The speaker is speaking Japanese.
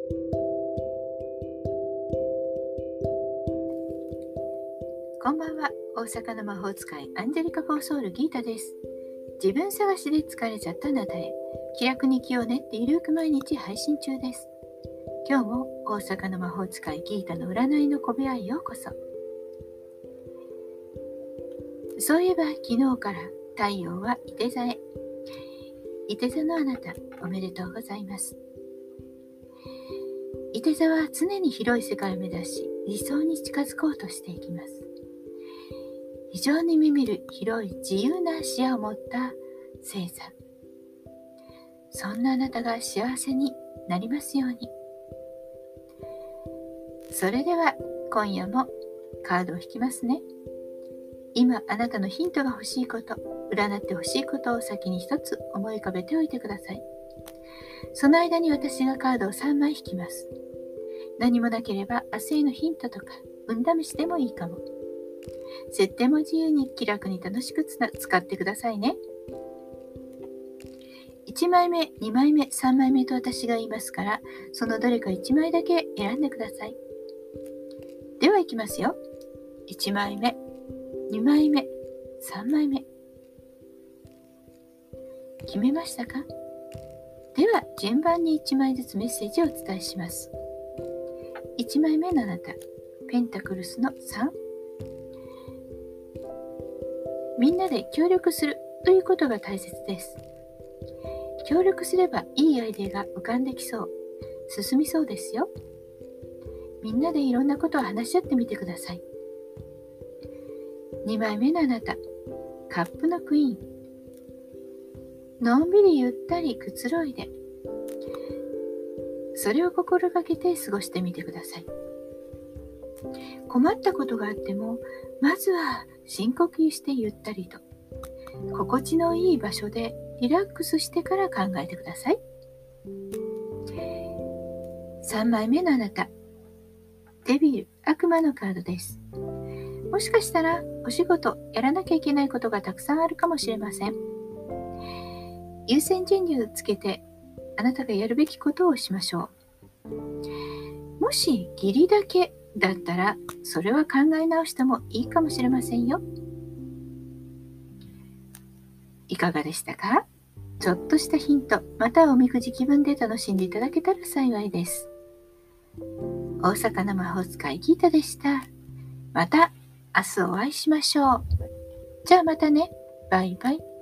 こんばんは。大阪の魔法使いアンジェリカ・フォーソウルギータです。自分探しで疲れちゃったあなたへ、気楽に気を練ってゆるく毎日配信中です。今日も大阪の魔法使いギータの占いの小部屋へようこそ。そういえば昨日から太陽は射手座へ。射手座のあなた、おめでとうございます。射手座は常に広い世界を目指し、理想に近づこうとしていきます。非常に見る広い自由な視野を持った星座。そんなあなたが幸せになりますように。それでは今夜もカードを引きますね。今あなたのヒントが欲しいこと、占って欲しいことを先に一つ思い浮かべておいてください。その間に私がカードを3枚引きます。何もなければ明日へのヒントとか運試しでもいいかも。設定も自由に気楽に楽しく使ってくださいね。1枚目、2枚目、3枚目と私が言いますから、そのどれか1枚だけ選んでください。ではいきますよ。1枚目、2枚目、3枚目。決めましたか？では順番に1枚ずつメッセージをお伝えします。1枚目のあなた、ペンタクルスの3。みんなで協力するということが大切です。協力すればいいアイデアが浮かんできそう、進みそうですよ。みんなでいろんなことを話し合ってみてください。2枚目のあなた、カップのクイーン。のんびりゆったりくつろいで、それを心がけて過ごしてみてください。困ったことがあっても、まずは深呼吸してゆったりと、心地のいい場所でリラックスしてから考えてください。3枚目のあなた、デビル、悪魔のカードです。もしかしたらお仕事、やらなきゃいけないことがたくさんあるかもしれません。優先順位をつけてあなたがやるべきことをしましょう。もしギリだけだったら、それは考え直してもいいかもしれませんよ。いかがでしたか？ちょっとしたヒント、またはおみくじ気分で楽しんでいただけたら幸いです。大阪の魔法使いギータでした。また明日お会いしましょう。じゃあまたね。バイバイ。